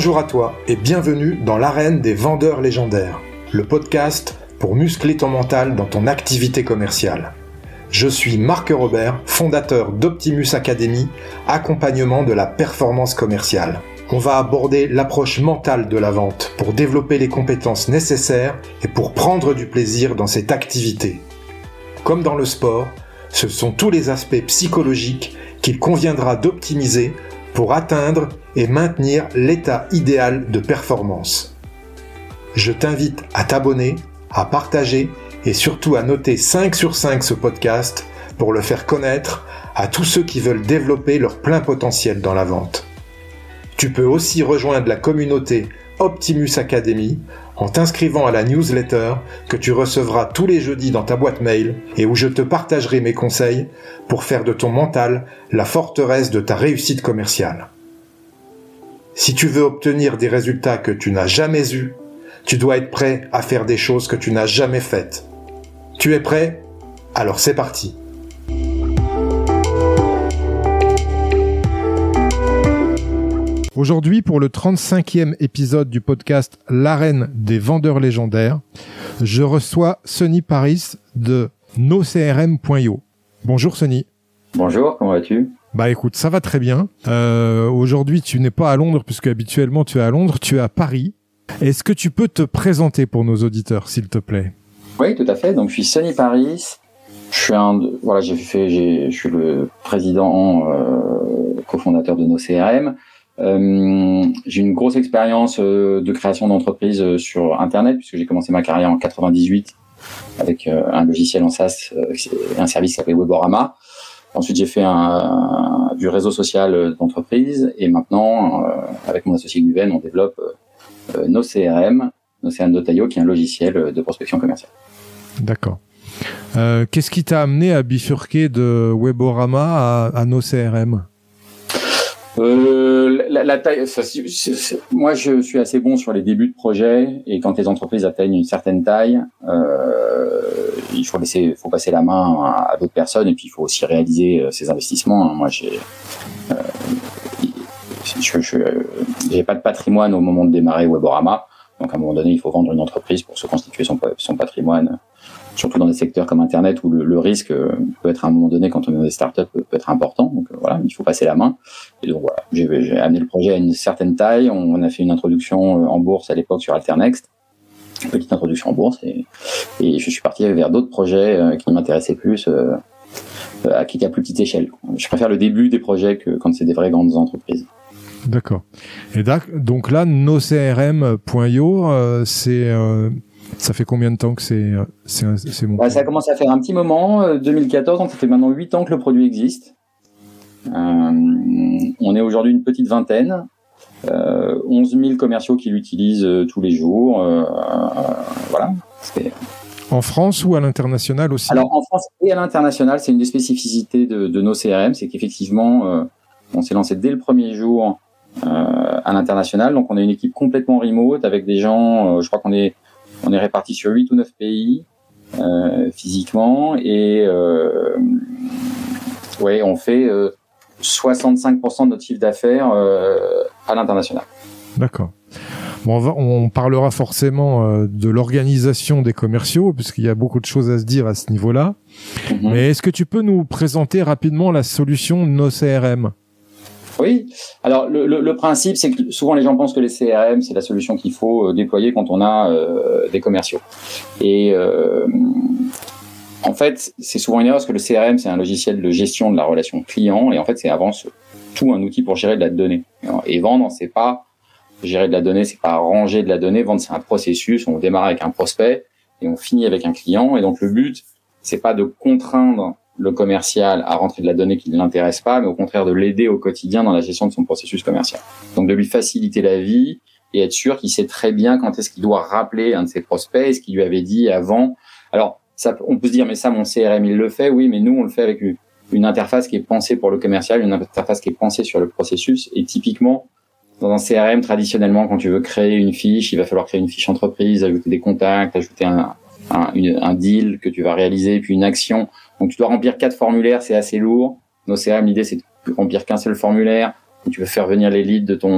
Bonjour à toi et bienvenue dans l'arène des vendeurs légendaires, le podcast pour muscler ton mental dans ton activité commerciale. Je suis Marc Robert, fondateur d'Optimus Academy, accompagnement de la performance commerciale. On va aborder l'approche mentale de la vente pour développer les compétences nécessaires et pour prendre du plaisir dans cette activité. Comme dans le sport, ce sont tous les aspects psychologiques qu'il conviendra d'optimiser pour atteindre et maintenir l'état idéal de performance. Je t'invite à t'abonner, à partager et surtout à noter 5 sur 5 ce podcast pour le faire connaître à tous ceux qui veulent développer leur plein potentiel dans la vente. Tu peux aussi rejoindre la communauté Optimus Academy en t'inscrivant à la newsletter que tu recevras tous les jeudis dans ta boîte mail et où je te partagerai mes conseils pour faire de ton mental la forteresse de ta réussite commerciale. Si tu veux obtenir des résultats que tu n'as jamais eus, tu dois être prêt à faire des choses que tu n'as jamais faites. Tu es prêt ? Alors c'est parti. Aujourd'hui, pour le 35e épisode du podcast L'arène des vendeurs légendaires, je reçois Sonny Paris de nocrm.io. Bonjour Sonny. Bonjour, comment vas-tu ? Bah écoute, ça va très bien. Aujourd'hui, tu n'es pas à Londres puisque habituellement tu es à Londres, tu es à Paris. Est-ce que tu peux te présenter pour nos auditeurs, s'il te plaît ? Oui, tout à fait. Donc je suis Sonny Paris. Je suis le président cofondateur de NoCRM. J'ai une grosse expérience de création d'entreprise sur Internet puisque j'ai commencé ma carrière en 98 avec un logiciel en SaaS, un service qui s'appelait Weborama. Ensuite, j'ai fait du réseau social d'entreprise et maintenant, avec mon associé Guven, on développe NoCRM, NoCRM.io, qui est un logiciel de prospection commerciale. D'accord. Qu'est-ce qui t'a amené à bifurquer de Weborama à NoCRM ? La taille, moi je suis assez bon sur les débuts de projet et quand les entreprises atteignent une certaine taille, il faut passer la main à d'autres personnes et puis il faut aussi réaliser ses investissements. Moi j'ai pas de patrimoine au moment de démarrer Weborama, donc à un moment donné il faut vendre une entreprise pour se constituer son patrimoine. Surtout dans des secteurs comme Internet où le risque peut être à un moment donné, quand on est dans des startups, peut être important. Donc voilà, il faut passer la main. Et donc voilà, j'ai amené le projet à une certaine taille. On a fait une introduction en bourse à l'époque sur Alternext, une petite introduction en bourse, et je suis parti vers d'autres projets qui m'intéressaient plus, à plus petite échelle. Je préfère le début des projets que quand c'est des vraies grandes entreprises. D'accord. Et donc là, nocrm.io, ça fait combien de temps que c'est mon Ça commence à faire un petit moment, 2014, donc ça fait maintenant 8 ans que le produit existe. On est aujourd'hui une petite vingtaine, 11 000 commerciaux qui l'utilisent tous les jours. Voilà. En France ou à l'international aussi ? Alors en France et à l'international, c'est une des spécificités de nos CRM, c'est qu'effectivement, on s'est lancé dès le premier jour à l'international. Donc on a une équipe complètement remote avec des gens, je crois qu'on est répartis sur 8 ou 9 pays physiquement et on fait 65% de notre chiffre d'affaires à l'international. D'accord. Bon, on parlera forcément de l'organisation des commerciaux puisqu'il y a beaucoup de choses à se dire à ce niveau-là. Mm-hmm. Mais est-ce que tu peux nous présenter rapidement la solution NoCRM ? Oui. Alors le principe, c'est que souvent les gens pensent que les CRM c'est la solution qu'il faut déployer quand on a des commerciaux. Et en fait, c'est souvent une erreur parce que le CRM c'est un logiciel de gestion de la relation client et en fait c'est avant tout un outil pour gérer de la donnée. Et vendre, c'est pas gérer de la donnée, c'est pas ranger de la donnée. Vendre, c'est un processus. On démarre avec un prospect et on finit avec un client. Et donc le but, c'est pas de contraindre le commercial à rentrer de la donnée qui ne l'intéresse pas, mais au contraire de l'aider au quotidien dans la gestion de son processus commercial. Donc de lui faciliter la vie et être sûr qu'il sait très bien quand est-ce qu'il doit rappeler un de ses prospects et ce qu'il lui avait dit avant. Alors, on peut se dire, mais ça, mon CRM, il le fait. Oui, mais nous, on le fait avec une interface qui est pensée pour le commercial, une interface qui est pensée sur le processus. Et typiquement, dans un CRM, traditionnellement, quand tu veux créer une fiche, il va falloir créer une fiche entreprise, ajouter des contacts, ajouter un deal que tu vas réaliser, puis une action. Donc, tu dois remplir 4 formulaires, c'est assez lourd. Nos CRM, l'idée, c'est de remplir qu'un seul formulaire. Tu veux faire venir les leads de ton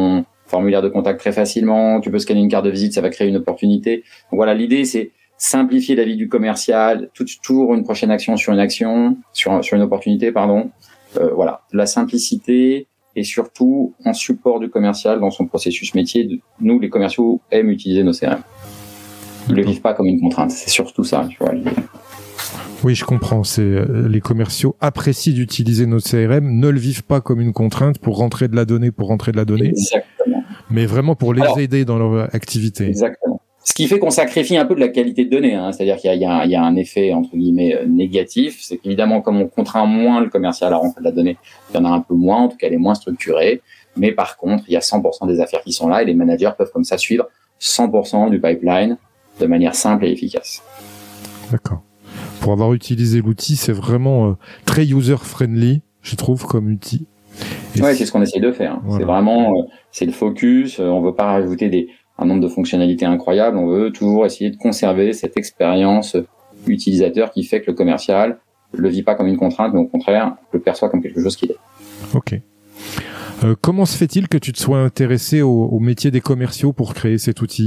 formulaire de contact très facilement. Tu peux scanner une carte de visite, ça va créer une opportunité. Donc voilà, l'idée c'est simplifier la vie du commercial, toujours une prochaine action sur une action, sur une opportunité, pardon. Voilà, la simplicité et surtout un support du commercial dans son processus métier. Nous, les commerciaux aiment utiliser nos CRM. Ils le vivent pas comme une contrainte. C'est surtout ça, tu vois. Oui, je comprends. C'est les commerciaux apprécient d'utiliser nos CRM, ne le vivent pas comme une contrainte pour rentrer de la donnée, Exactement. Mais vraiment pour les aider dans leur activité. Exactement. Ce qui fait qu'on sacrifie un peu de la qualité de données, hein. C'est-à-dire qu'il y a un effet entre guillemets négatif, c'est qu'évidemment comme on contraint moins le commercial à rentrer de la donnée, il y en a un peu moins, en tout cas elle est moins structurée, mais par contre il y a 100% des affaires qui sont là et les managers peuvent comme ça suivre 100% du pipeline de manière simple et efficace. D'accord. Pour avoir utilisé l'outil, c'est vraiment très user-friendly, je trouve, comme outil. Ouais, c'est ce qu'on essaye de faire. Voilà. C'est vraiment, c'est le focus. On veut pas rajouter un nombre de fonctionnalités incroyables. On veut toujours essayer de conserver cette expérience utilisateur qui fait que le commercial le vit pas comme une contrainte, mais au contraire, le perçoit comme quelque chose qu'il est. Ok. Comment se fait-il que tu te sois intéressé au métier des commerciaux pour créer cet outil ?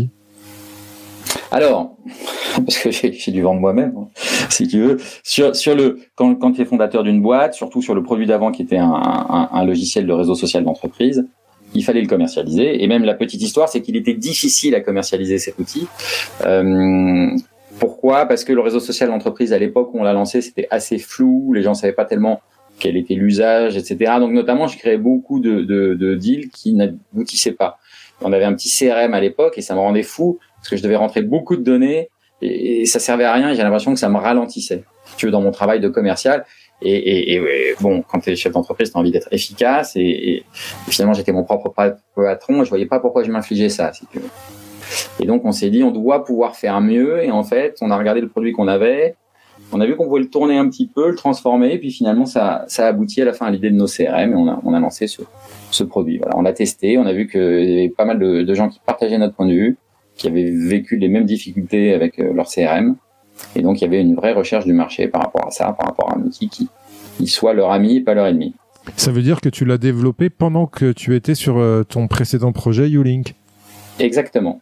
Alors, parce que j'ai dû vendre moi-même, hein, si tu veux. Quand tu es fondateur d'une boîte, surtout sur le produit d'avant qui était un logiciel de réseau social d'entreprise, il fallait le commercialiser. Et même la petite histoire, c'est qu'il était difficile à commercialiser cet outil. Pourquoi ? Parce que le réseau social d'entreprise, à l'époque où on l'a lancé, c'était assez flou. Les gens savaient pas tellement quel était l'usage, etc. Donc notamment, je créais beaucoup de deals qui n'aboutissaient pas. On avait un petit CRM à l'époque et ça me rendait fou parce que je devais rentrer beaucoup de données et ça servait à rien et j'ai l'impression que ça me ralentissait, si tu veux, dans mon travail de commercial. Et bon, quand tu es chef d'entreprise, tu as envie d'être efficace et finalement, j'étais mon propre patron et je voyais pas pourquoi je m'infligeais ça, si tu veux. Et donc, on s'est dit, on doit pouvoir faire mieux et en fait, on a regardé le produit qu'on avait, on a vu qu'on pouvait le tourner un petit peu, le transformer et puis finalement, ça a abouti à la fin à l'idée de nos CRM et on a lancé ce produit. Voilà, on l'a testé, on a vu qu'il y avait pas mal de gens qui partageaient notre point de vue, qui avaient vécu les mêmes difficultés avec leur CRM. Et donc, il y avait une vraie recherche du marché par rapport à ça, par rapport à un outil qui soit leur ami, pas leur ennemi. Ça veut dire que tu l'as développé pendant que tu étais sur ton précédent projet, YouLink ? Exactement.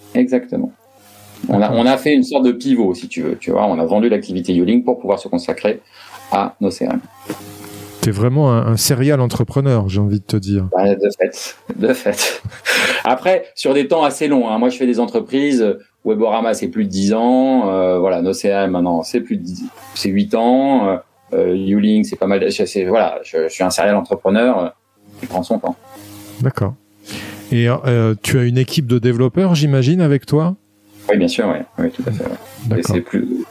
On a fait une sorte de pivot, si tu veux. Tu vois, on a vendu l'activité YouLink pour pouvoir se consacrer à nos CRM. T'es vraiment un serial entrepreneur, j'ai envie de te dire. Bah, de fait. Après, sur des temps assez longs, hein. Moi, je fais des entreprises. Weborama, c'est plus de 10 ans. Voilà, nos CRM, maintenant, c'est 8 ans. YouLink, c'est pas mal. Je suis un serial entrepreneur qui prend son temps. D'accord. Et tu as une équipe de développeurs, j'imagine, avec toi ? Oui, bien sûr, oui, tout à fait. Ouais. Et c'est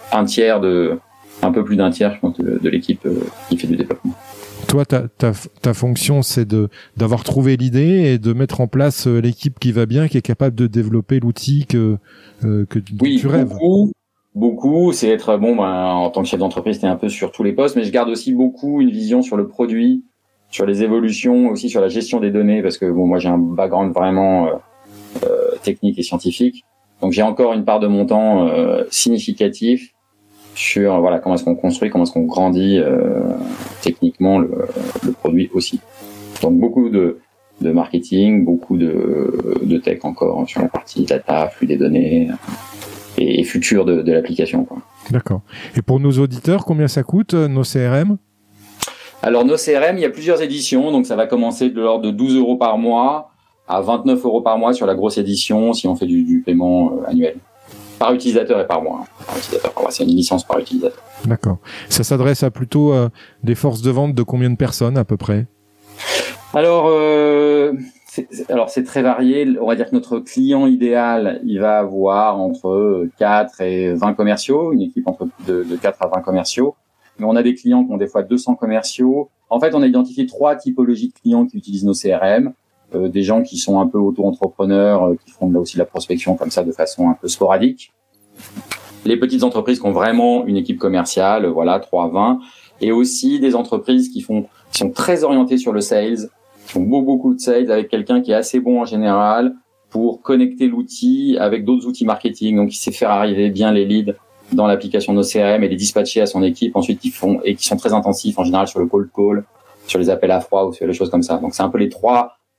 un peu plus d'un tiers, je pense, de l'équipe qui fait du développement. Toi, ta fonction, c'est d'avoir trouvé l'idée et de mettre en place l'équipe qui va bien, qui est capable de développer l'outil dont tu rêves. Beaucoup. C'est être en tant que chef d'entreprise, t'es un peu sur tous les postes, mais je garde aussi beaucoup une vision sur le produit, sur les évolutions, aussi sur la gestion des données, parce que moi j'ai un background vraiment technique et scientifique, donc j'ai encore une part de mon temps significatif sur comment est-ce qu'on construit, comment est-ce qu'on grandit techniquement le produit aussi. Donc beaucoup de marketing, beaucoup de tech encore sur la partie data, flux des données et futur de l'application, quoi. D'accord. Et pour nos auditeurs, combien ça coûte nos CRM ? Alors nos CRM, il y a plusieurs éditions, donc ça va commencer de l'ordre de 12 € par mois à 29 € par mois sur la grosse édition si on fait du paiement annuel. Par utilisateur et par mois. C'est une licence par utilisateur. D'accord. Ça s'adresse à plutôt des forces de vente de combien de personnes à peu près ? Alors c'est très varié. On va dire que notre client idéal, il va avoir entre 4 et 20 commerciaux, une équipe entre de 4 à 20 commerciaux. Mais on a des clients qui ont des fois 200 commerciaux. En fait, on a identifié 3 typologies de clients qui utilisent nos CRM. Des gens qui sont un peu auto-entrepreneurs, qui font là aussi de la prospection comme ça de façon un peu sporadique. Les petites entreprises qui ont vraiment une équipe commerciale, 3 à 20. Et aussi des entreprises qui sont très orientées sur le sales, qui font beaucoup de sales avec quelqu'un qui est assez bon en général pour connecter l'outil avec d'autres outils marketing. Donc, il sait faire arriver bien les leads dans l'application de nos CRM et les dispatcher à son équipe. Ensuite, qui sont très intensifs en général sur le cold call, sur les appels à froid ou sur les choses comme ça. Donc, c'est un peu les 3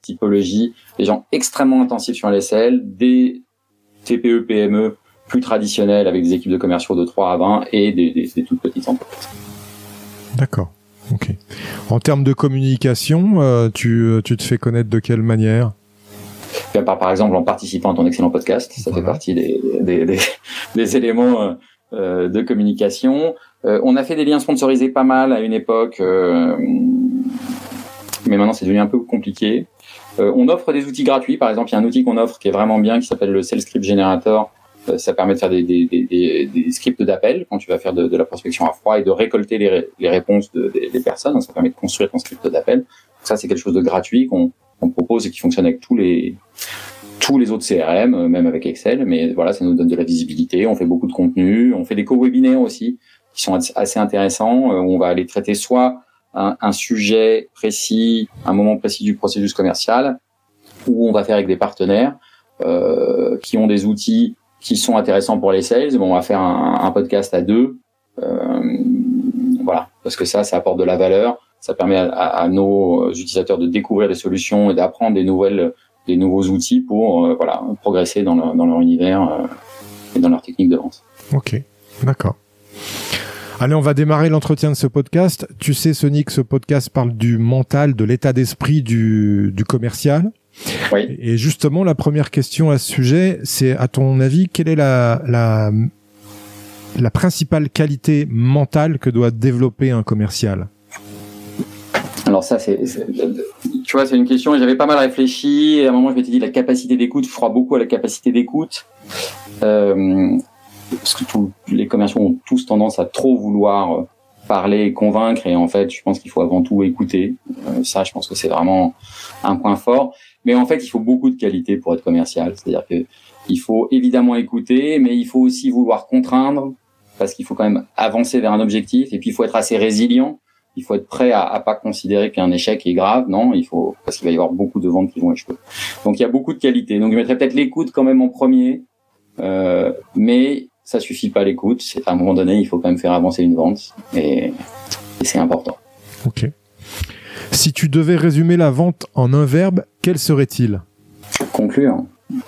typologies, des gens extrêmement intensifs sur les SL, des TPE, PME plus traditionnels avec des équipes de commerciaux de 3 à 20 et des toutes petites entreprises. D'accord. Ok. En termes de communication, tu te fais connaître de quelle manière ? Par exemple, en participant à ton excellent podcast, ça fait partie des éléments de communication. On a fait des liens sponsorisés pas mal à une époque, mais maintenant c'est devenu un peu compliqué. On offre des outils gratuits. Par exemple, il y a un outil qu'on offre qui est vraiment bien, qui s'appelle le Sales Script Generator. Ça permet de faire des scripts d'appel quand tu vas faire de la prospection à froid et de récolter les réponses des personnes. Ça permet de construire ton script d'appel. Ça, c'est quelque chose de gratuit qu'on propose et qui fonctionne avec tous les autres CRM, même avec Excel. Mais voilà, ça nous donne de la visibilité. On fait beaucoup de contenu. On fait des co-webinaires aussi qui sont assez intéressants. On va aller traiter soit un sujet précis, un moment précis du processus commercial, ou on va faire avec des partenaires qui ont des outils qui sont intéressants pour les sales. Bon, on va faire un podcast à 2. Voilà, parce que ça apporte de la valeur. Ça permet à nos utilisateurs de découvrir des solutions et d'apprendre des nouveaux outils pour progresser dans leur univers et dans leur technique de vente. Ok, d'accord. Allez, on va démarrer l'entretien de ce podcast. Tu sais, Sony, que ce podcast parle du mental, de l'état d'esprit du commercial. Oui. Et justement, la première question à ce sujet, c'est, à ton avis, quelle est la principale qualité mentale que doit développer un commercial ? Alors ça, tu vois, c'est une question et j'avais pas mal réfléchi. Et à un moment, je m'étais dit la capacité d'écoute. Je crois beaucoup à la capacité d'écoute. Parce que les commerciaux ont tous tendance à trop vouloir parler et convaincre. Et en fait, je pense qu'il faut avant tout écouter. Ça, je pense que c'est vraiment un point fort. Mais en fait, il faut beaucoup de qualité pour être commercial. C'est-à-dire que il faut évidemment écouter, mais il faut aussi vouloir contraindre parce qu'il faut quand même avancer vers un objectif. Et puis, il faut être assez résilient. Il faut être prêt à pas considérer qu'un échec est grave. Non, parce qu'il va y avoir beaucoup de ventes qui vont échouer. Donc, il y a beaucoup de qualité. Donc, je mettrais peut-être l'écoute quand même en premier. Mais ça suffit pas l'écoute. À un moment donné, il faut quand même faire avancer une vente. Et c'est important. Ok. Si tu devais résumer la vente en un verbe, quel serait-il ? Conclure.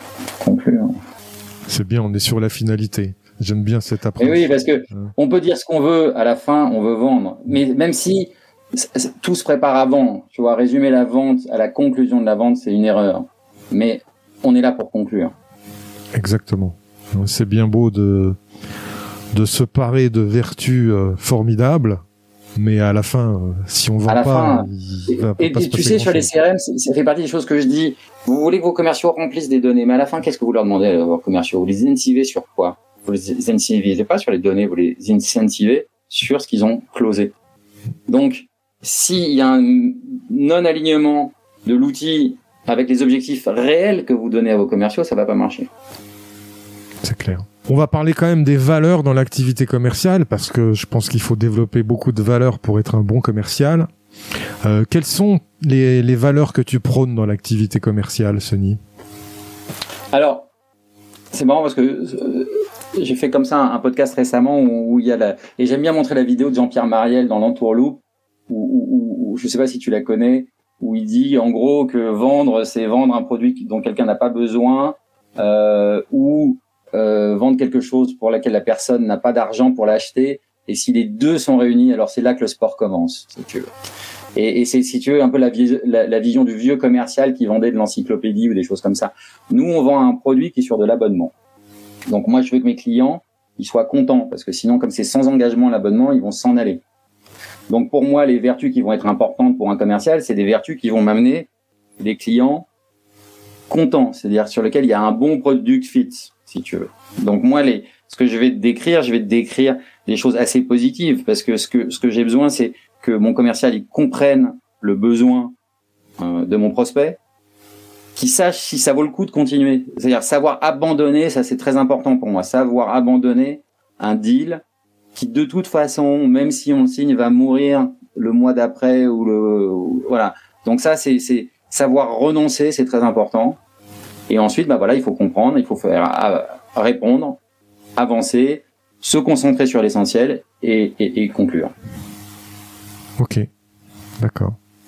C'est bien, on est sur la finalité. J'aime bien cette approche. Et oui, parce que on peut dire ce qu'on veut, à la fin, on veut vendre. Mais même si tout se prépare avant, tu vois, résumer la vente à la conclusion de la vente, c'est une erreur. Mais on est là pour conclure. Exactement. C'est bien beau de se parer de vertus formidables, mais à la fin, si on vend pas, il va pas se passer tu sais, sur les CRM, ça fait partie des choses que je dis. Vous voulez que vos commerciaux remplissent des données, mais à la fin, qu'est-ce que vous leur demandez à vos commerciaux ? Vous les incentivez sur quoi ? Vous les incentivez pas sur les données, vous les incentivez sur ce qu'ils ont closé. Donc, s'il y a un non-alignement de l'outil avec les objectifs réels que vous donnez à vos commerciaux, ça va pas marcher. C'est clair. On va parler quand même des valeurs dans l'activité commerciale, parce que je pense qu'il faut développer beaucoup de valeurs pour être un bon commercial. Quelles sont les valeurs que tu prônes dans l'activité commerciale, Sony ? Alors, c'est marrant parce que j'ai fait comme ça un podcast récemment où il y a et j'aime bien montrer la vidéo de Jean-Pierre Mariel dans l'Entourloupe, où je sais pas si tu la connais, où il dit en gros que vendre, c'est vendre un produit dont quelqu'un n'a pas besoin, ou vendre quelque chose pour laquelle la personne n'a pas d'argent pour l'acheter. Et si les deux sont réunis, alors c'est là que le sport commence, si tu veux. Et c'est, si tu veux, un peu la vision du vieux commercial qui vendait de l'encyclopédie ou des choses comme ça. Nous, on vend un produit qui est sur de l'abonnement. Donc moi, je veux que mes clients, ils soient contents, parce que sinon, comme c'est sans engagement l'abonnement, ils vont s'en aller. Donc pour moi, les vertus qui vont être importantes pour un commercial, c'est des vertus qui vont m'amener des clients contents, c'est-à-dire sur lesquels il y a un bon product fit, si tu veux. Donc moi, ce que je vais te décrire des choses assez positives, parce que ce que j'ai besoin, c'est que mon commercial, il comprenne le besoin de mon prospect, qu'il sache si ça vaut le coup de continuer. C'est-à-dire savoir abandonner, ça c'est très important pour moi, savoir abandonner un deal qui de toute façon, même si on le signe, va mourir le mois d'après voilà. Donc ça, c'est savoir renoncer, c'est très important. Et ensuite, il faut comprendre, il faut faire répondre, avancer, se concentrer sur l'essentiel et conclure. Ok, d'accord.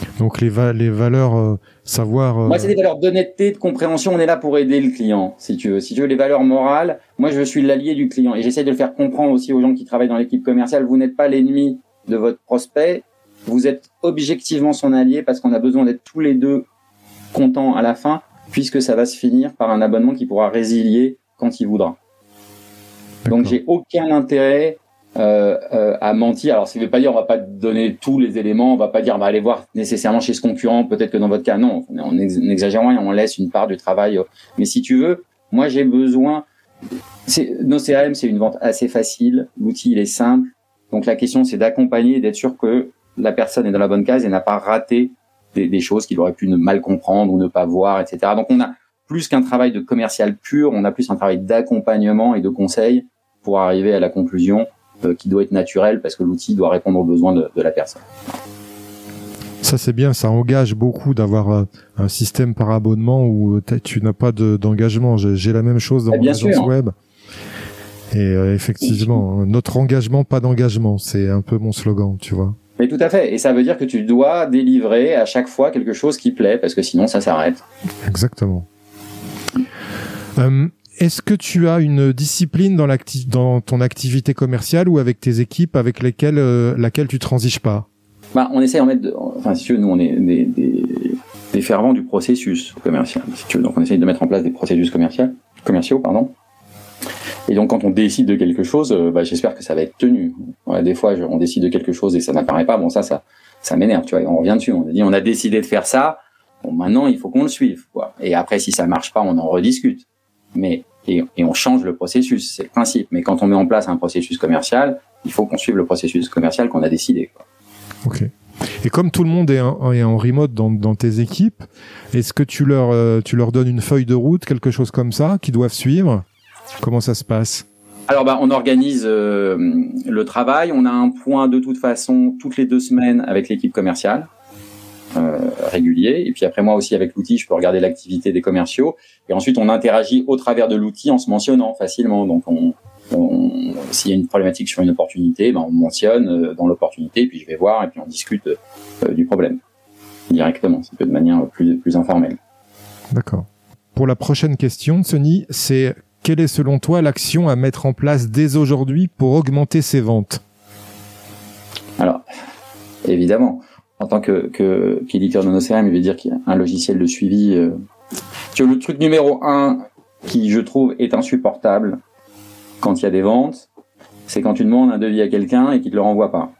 Donc les valeurs, savoir... Moi, c'est des valeurs d'honnêteté, de compréhension. On est là pour aider le client, si tu veux. Si tu veux, les valeurs morales, moi, je suis l'allié du client. Et j'essaie de le faire comprendre aussi aux gens qui travaillent dans l'équipe commerciale. Vous n'êtes pas l'ennemi de votre prospect. Vous êtes objectivement son allié parce qu'on a besoin d'être tous les deux contents à la fin, puisque ça va se finir par un abonnement qui pourra résilier quand il voudra. D'accord. Donc, j'ai aucun intérêt à mentir. Alors, ça ne veut pas dire on va pas donner tous les éléments, on va pas dire allez voir nécessairement chez ce concurrent, peut-être que dans votre cas, non, on n'exagère rien, on laisse une part du travail. Mais si tu veux, moi j'ai besoin... Nos CRM, c'est une vente assez facile, l'outil il est simple, donc la question c'est d'accompagner et d'être sûr que la personne est dans la bonne case et n'a pas raté des choses qu'il aurait pu mal comprendre ou ne pas voir, etc. Donc on a plus qu'un travail de commercial pur, on a plus un travail d'accompagnement et de conseil pour arriver à la conclusion qui doit être naturel parce que l'outil doit répondre aux besoins de la personne. Ça c'est bien, ça engage beaucoup d'avoir un système par abonnement où tu n'as pas d'engagement. J'ai la même chose dans mon agence web. Et effectivement, notre engagement, pas d'engagement, c'est un peu mon slogan, tu vois. Mais tout à fait, et ça veut dire que tu dois délivrer à chaque fois quelque chose qui plaît parce que sinon ça s'arrête. Exactement. Est-ce que tu as une discipline dans ton activité commerciale ou avec tes équipes avec laquelle tu transiges pas? On essaie en mettre, si tu veux, nous on est des fervents du processus commercial, si tu veux. Donc on essaie de mettre en place des processus commerciaux, pardon. Et donc quand on décide de quelque chose, j'espère que ça va être tenu. Des fois on décide de quelque chose et ça n'apparaît pas. Bon ça m'énerve, tu vois. On revient dessus. On a décidé de faire ça. Bon maintenant il faut qu'on le suive, quoi. Et après si ça marche pas, on en rediscute. Et on change le processus, c'est le principe. Mais quand on met en place un processus commercial, il faut qu'on suive le processus commercial qu'on a décidé, quoi. Ok. Et comme tout le monde est en remote dans tes équipes, est-ce que tu leur donnes une feuille de route, quelque chose comme ça, qu'ils doivent suivre? Comment ça se passe? Alors on organise le travail. On a un point de toute façon toutes les 2 semaines avec l'équipe commerciale. Régulier, et puis après moi aussi avec l'outil je peux regarder l'activité des commerciaux et ensuite on interagit au travers de l'outil en se mentionnant facilement. Donc s'il y a une problématique sur une opportunité, on mentionne dans l'opportunité, puis je vais voir et puis on discute du problème directement, c'est de manière plus informelle. D'accord. Pour la prochaine question, Sony, c'est quelle est selon toi l'action à mettre en place dès aujourd'hui pour augmenter ses ventes? Alors évidemment, en tant qu'éditeur de nos CRM, il veut dire qu'il y a un logiciel de suivi. Le truc numéro 1 qui, je trouve, est insupportable quand il y a des ventes, c'est quand tu demandes un devis à quelqu'un et qu'il ne te le renvoie pas.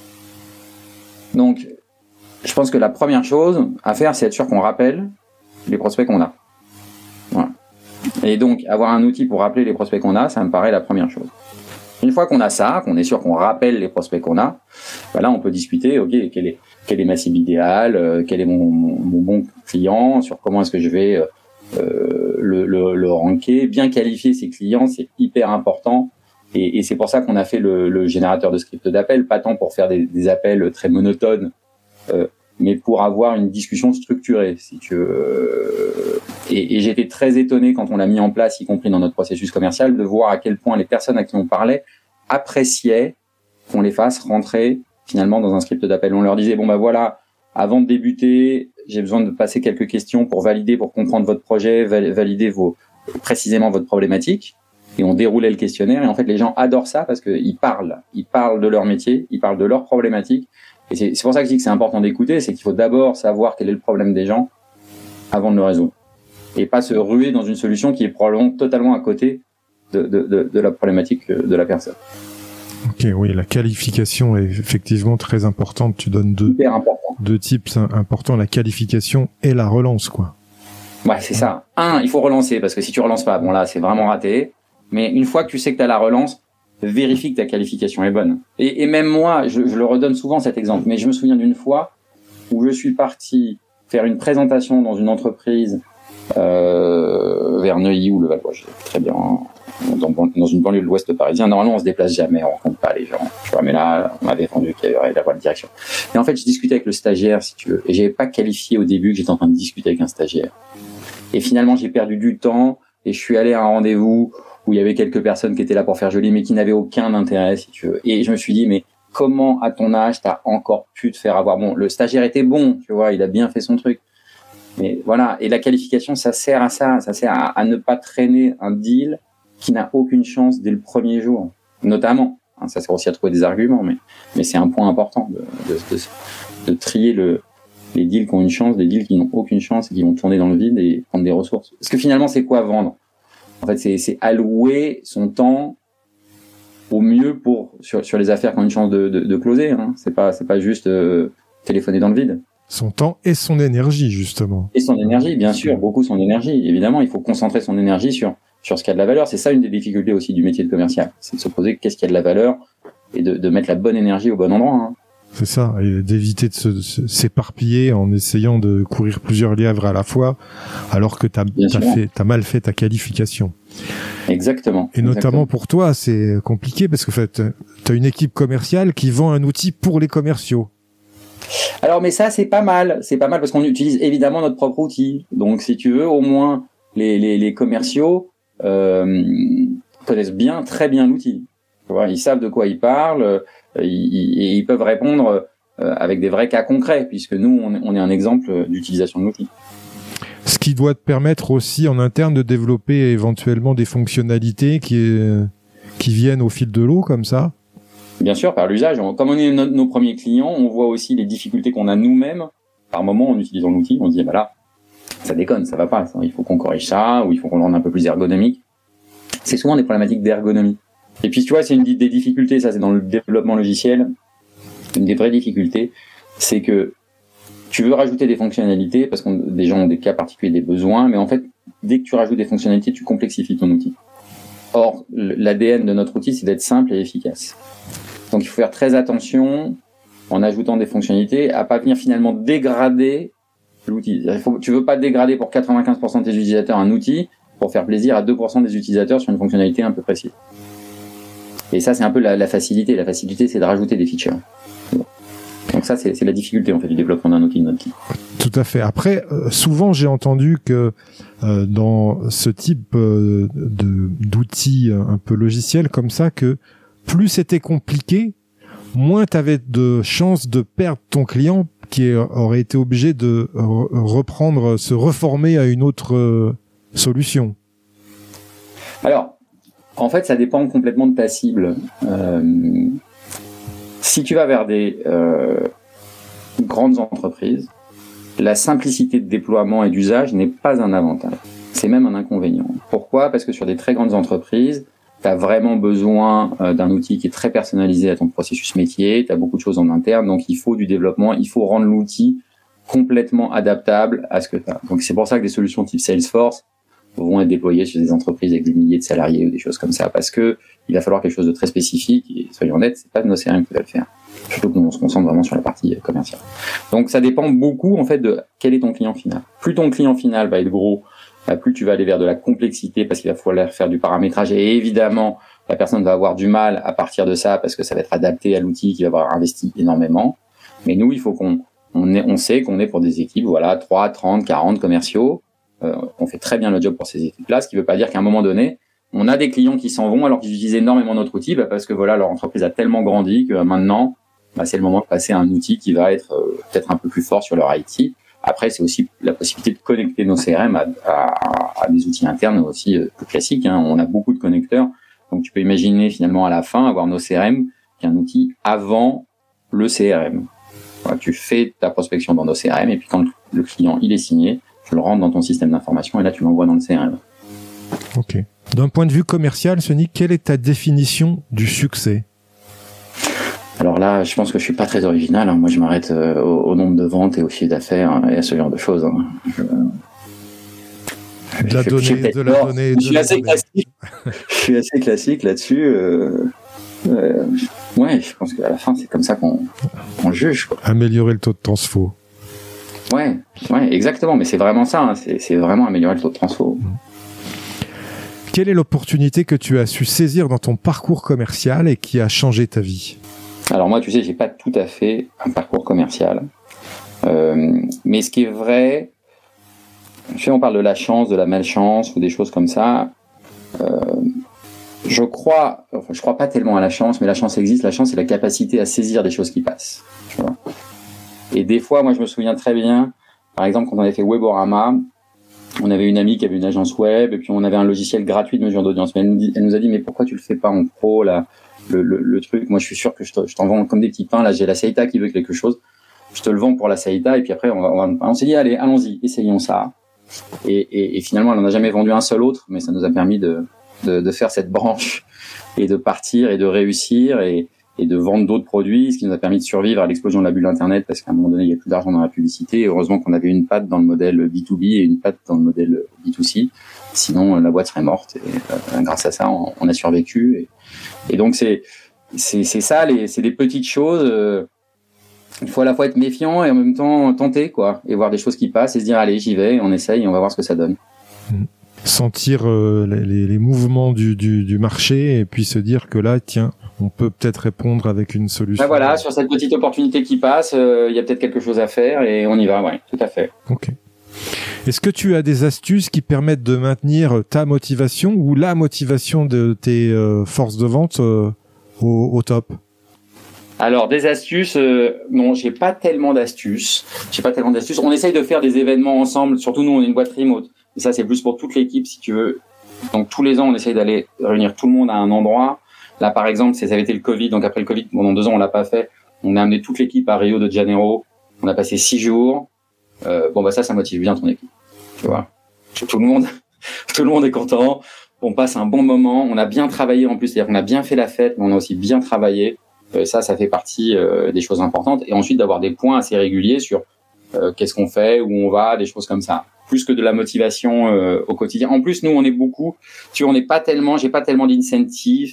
Donc, je pense que la première chose à faire, c'est être sûr qu'on rappelle les prospects qu'on a. Voilà. Et donc, avoir un outil pour rappeler les prospects qu'on a, ça me paraît la première chose. Une fois qu'on a ça, qu'on est sûr qu'on rappelle les prospects qu'on a, là, on peut discuter, ok, quelle est ma cible idéale, quel est mon bon client, sur comment est-ce que je vais le ranker. Bien qualifier ses clients, c'est hyper important. Et c'est pour ça qu'on a fait le générateur de script d'appel, pas tant pour faire des appels très monotones, mais pour avoir une discussion structurée, si tu veux. Et j'ai été très étonné quand on l'a mis en place, y compris dans notre processus commercial, de voir à quel point les personnes à qui on parlait appréciaient qu'on les fasse rentrer finalement dans un script d'appel. On leur disait, voilà, avant de débuter, j'ai besoin de passer quelques questions pour valider, pour comprendre votre projet, valider précisément votre problématique. Et on déroulait le questionnaire. Et en fait, les gens adorent ça parce qu'ils parlent. Ils parlent de leur métier, ils parlent de leurs problématiques. Et c'est pour ça que je dis que c'est important d'écouter, c'est qu'il faut d'abord savoir quel est le problème des gens avant de le résoudre. Et pas se ruer dans une solution qui est probablement totalement à côté de la problématique de la personne. Ok, oui, la qualification est effectivement très importante. Tu donnes deux tips importants, la qualification et la relance, quoi. Ouais, c'est ça. Il faut relancer, parce que si tu relances pas, là, c'est vraiment raté. Mais une fois que tu sais que tu as la relance, vérifie que ta qualification est bonne. Et même moi, je le redonne souvent cet exemple, mais je me souviens d'une fois où je suis parti faire une présentation dans une entreprise vers Neuilly ou le Val-d'Oise, très bien, dans une banlieue de l'Ouest parisien. Normalement, on se déplace jamais, on rencontre pas les gens, tu vois, mais là, on m'avait rendu qu'il y avait la voie de direction. Et en fait, je discutais avec le stagiaire, si tu veux, et j'avais pas qualifié au début que j'étais en train de discuter avec un stagiaire. Et finalement, j'ai perdu du temps et je suis allé à un rendez-vous où il y avait quelques personnes qui étaient là pour faire joli, mais qui n'avaient aucun intérêt, si tu veux. Et je me suis dit, mais comment à ton âge t'as encore pu te faire avoir. Bon, le stagiaire était bon, tu vois, il a bien fait son truc. Mais voilà, et la qualification, ça sert à ça sert à ne pas traîner un deal qui n'a aucune chance dès le premier jour, notamment. Ça sert aussi à trouver des arguments, mais c'est un point important de trier les deals qui ont une chance, des deals qui n'ont aucune chance et qui vont tourner dans le vide et prendre des ressources. Parce que finalement, c'est quoi vendre ? En fait, c'est allouer son temps au mieux sur les affaires qui ont une chance de closer. C'est pas juste téléphoner dans le vide. Son temps et son énergie, justement. Et son énergie, bien sûr, beaucoup son énergie. Évidemment, il faut concentrer son énergie sur ce qui a de la valeur. C'est ça une des difficultés aussi du métier de commercial. C'est de se poser qu'est-ce qui a de la valeur et de mettre la bonne énergie au bon endroit. C'est ça, et d'éviter de s'éparpiller en essayant de courir plusieurs lièvres à la fois, alors que t'as mal fait ta qualification. Exactement. Et notamment pour toi, c'est compliqué parce que en fait, t'as une équipe commerciale qui vend un outil pour les commerciaux. Alors, mais ça, c'est pas mal. C'est pas mal parce qu'on utilise évidemment notre propre outil. Donc, si tu veux, au moins, les commerciaux connaissent très bien l'outil. Tu vois, ils savent de quoi ils parlent et ils peuvent répondre avec des vrais cas concrets puisque nous, on est un exemple d'utilisation de l'outil. Ce qui doit te permettre aussi en interne de développer éventuellement des fonctionnalités qui viennent au fil de l'eau comme ça. Bien sûr, par l'usage. Comme on est nos premiers clients, on voit aussi les difficultés qu'on a nous-mêmes par moment en utilisant l'outil. On se dit, bah là, ça déconne, ça va pas. Il faut qu'on corrige ça ou il faut qu'on le rende un peu plus ergonomique. C'est souvent des problématiques d'ergonomie. Et puis, tu vois, c'est une des difficultés, ça c'est dans le développement logiciel. Une des vraies difficultés, c'est que tu veux rajouter des fonctionnalités parce que des gens ont des cas particuliers, des besoins, mais en fait, dès que tu rajoutes des fonctionnalités, tu complexifies ton outil. Or, l'ADN de notre outil, c'est d'être simple et efficace. Donc, il faut faire très attention en ajoutant des fonctionnalités à pas venir finalement dégrader l'outil. Tu veux pas dégrader pour 95% de tes utilisateurs un outil pour faire plaisir à 2% des utilisateurs sur une fonctionnalité un peu précise. Et ça, c'est un peu la facilité. La facilité, c'est de rajouter des features. Donc ça, c'est la difficulté en fait du développement d'un outil de notre type. Tout à fait. Après, souvent, j'ai entendu que dans ce type d'outils un peu logiciels comme ça, que plus c'était compliqué, moins tu avais de chances de perdre ton client qui aurait été obligé de se reformer à une autre solution. Alors, en fait, ça dépend complètement de ta cible. Si tu vas vers des grandes entreprises, la simplicité de déploiement et d'usage n'est pas un avantage. C'est même un inconvénient. Pourquoi ? Parce que sur des très grandes entreprises, tu as vraiment besoin d'un outil qui est très personnalisé à ton processus métier, tu as beaucoup de choses en interne, donc il faut du développement, il faut rendre l'outil complètement adaptable à ce que tu as. Donc c'est pour ça que des solutions type Salesforce vont être déployées sur des entreprises avec des milliers de salariés ou des choses comme ça, parce que il va falloir quelque chose de très spécifique, et soyons honnêtes, c'est pas nos CRM qui va le faire. Surtout que nous, on se concentre vraiment sur la partie commerciale. Donc ça dépend beaucoup en fait de quel est ton client final. Plus ton client final va être gros, plus tu vas aller vers de la complexité parce qu'il va falloir faire du paramétrage et évidemment la personne va avoir du mal à partir de ça parce que ça va être adapté à l'outil qui va avoir investi énormément. Mais nous, il faut on sait qu'on est pour des équipes, voilà, 3, 30, 40 commerciaux. On fait très bien le job pour ces équipes-là, ce qui veut pas dire qu'à un moment donné, on a des clients qui s'en vont alors qu'ils utilisent énormément notre outil parce que voilà, leur entreprise a tellement grandi que maintenant, c'est le moment de passer à un outil qui va être peut-être un peu plus fort sur leur IT. Après, c'est aussi la possibilité de connecter nos CRM à des outils internes aussi plus classiques. On a beaucoup de connecteurs. Donc, tu peux imaginer finalement à la fin avoir nos CRM qui est un outil avant le CRM. Voilà, tu fais ta prospection dans nos CRM et puis quand le client il est signé, tu le rentres dans ton système d'information et là, tu l'envoies dans le CRM. Ok. D'un point de vue commercial, Sony, quelle est ta définition du succès ? Alors là, je pense que je suis pas très original. Moi, je m'arrête au nombre de ventes et au chiffre d'affaires et à ce genre de choses. Je suis assez classique là-dessus. Ouais, je pense qu'à la fin, c'est comme ça qu'on juge, quoi. Améliorer le taux de transfo. Ouais, exactement. Mais c'est vraiment ça. C'est vraiment améliorer le taux de transfo. Quelle est l'opportunité que tu as su saisir dans ton parcours commercial et qui a changé ta vie ? Alors moi, tu sais, j'ai pas tout à fait un parcours commercial. Mais ce qui est vrai, on parle de la chance, de la malchance ou des choses comme ça. je crois pas tellement à la chance, mais la chance existe. La chance, c'est la capacité à saisir des choses qui passent. Tu vois. Et des fois, moi, je me souviens très bien, par exemple, quand on avait fait Weborama, on avait une amie qui avait une agence web, et puis on avait un logiciel gratuit de mesure d'audience. Mais elle nous a dit, mais pourquoi tu le fais pas en pro, là, le truc? Moi, je suis sûr que je t'en vends comme des petits pains. Là, j'ai la Seita qui veut quelque chose. Je te le vends pour la Seita, et puis après, on s'est dit, allez, allons-y, essayons ça. Et finalement, elle n'en a jamais vendu un seul autre, mais ça nous a permis de faire cette branche et de partir et de réussir et de vendre d'autres produits, ce qui nous a permis de survivre à l'explosion de la bulle Internet, parce qu'à un moment donné, il n'y a plus d'argent dans la publicité. Et heureusement qu'on avait une patte dans le modèle B2B et une patte dans le modèle B2C. Sinon, la boîte serait morte. Et grâce à ça, on a survécu. Et donc, c'est ça, c'est des petites choses. Il faut à la fois être méfiant et en même temps tenter, quoi, et voir des choses qui passent et se dire, allez, j'y vais, on essaye et on va voir ce que ça donne. Sentir les mouvements du marché et puis se dire que là, tiens, on peut peut-être répondre avec une solution. Ben voilà, sur cette petite opportunité qui passe, il y a peut-être quelque chose à faire et on y va, ouais, tout à fait. Ok. Est-ce que tu as des astuces qui permettent de maintenir ta motivation ou la motivation de tes forces de vente au top? Alors, des astuces, non, j'ai pas tellement d'astuces. On essaye de faire des événements ensemble, surtout nous, on est une boîte remote. Et ça, c'est plus pour toute l'équipe, si tu veux. Donc, tous les ans, on essaye d'aller réunir tout le monde à un endroit. Là, par exemple, ça avait été le Covid. Donc, après le Covid, pendant 2 ans, on l'a pas fait. On a amené toute l'équipe à Rio de Janeiro. On a passé 6 jours. Ça motive bien ton équipe. Tu vois. Tout le monde est content. On passe un bon moment. On a bien travaillé en plus. C'est-à-dire qu'on a bien fait la fête, mais on a aussi bien travaillé. Ça fait partie des choses importantes. Et ensuite, d'avoir des points assez réguliers sur qu'est-ce qu'on fait, où on va, des choses comme ça. Plus que de la motivation au quotidien. En plus, nous, on est beaucoup. Tu vois, j'ai pas tellement d'incentive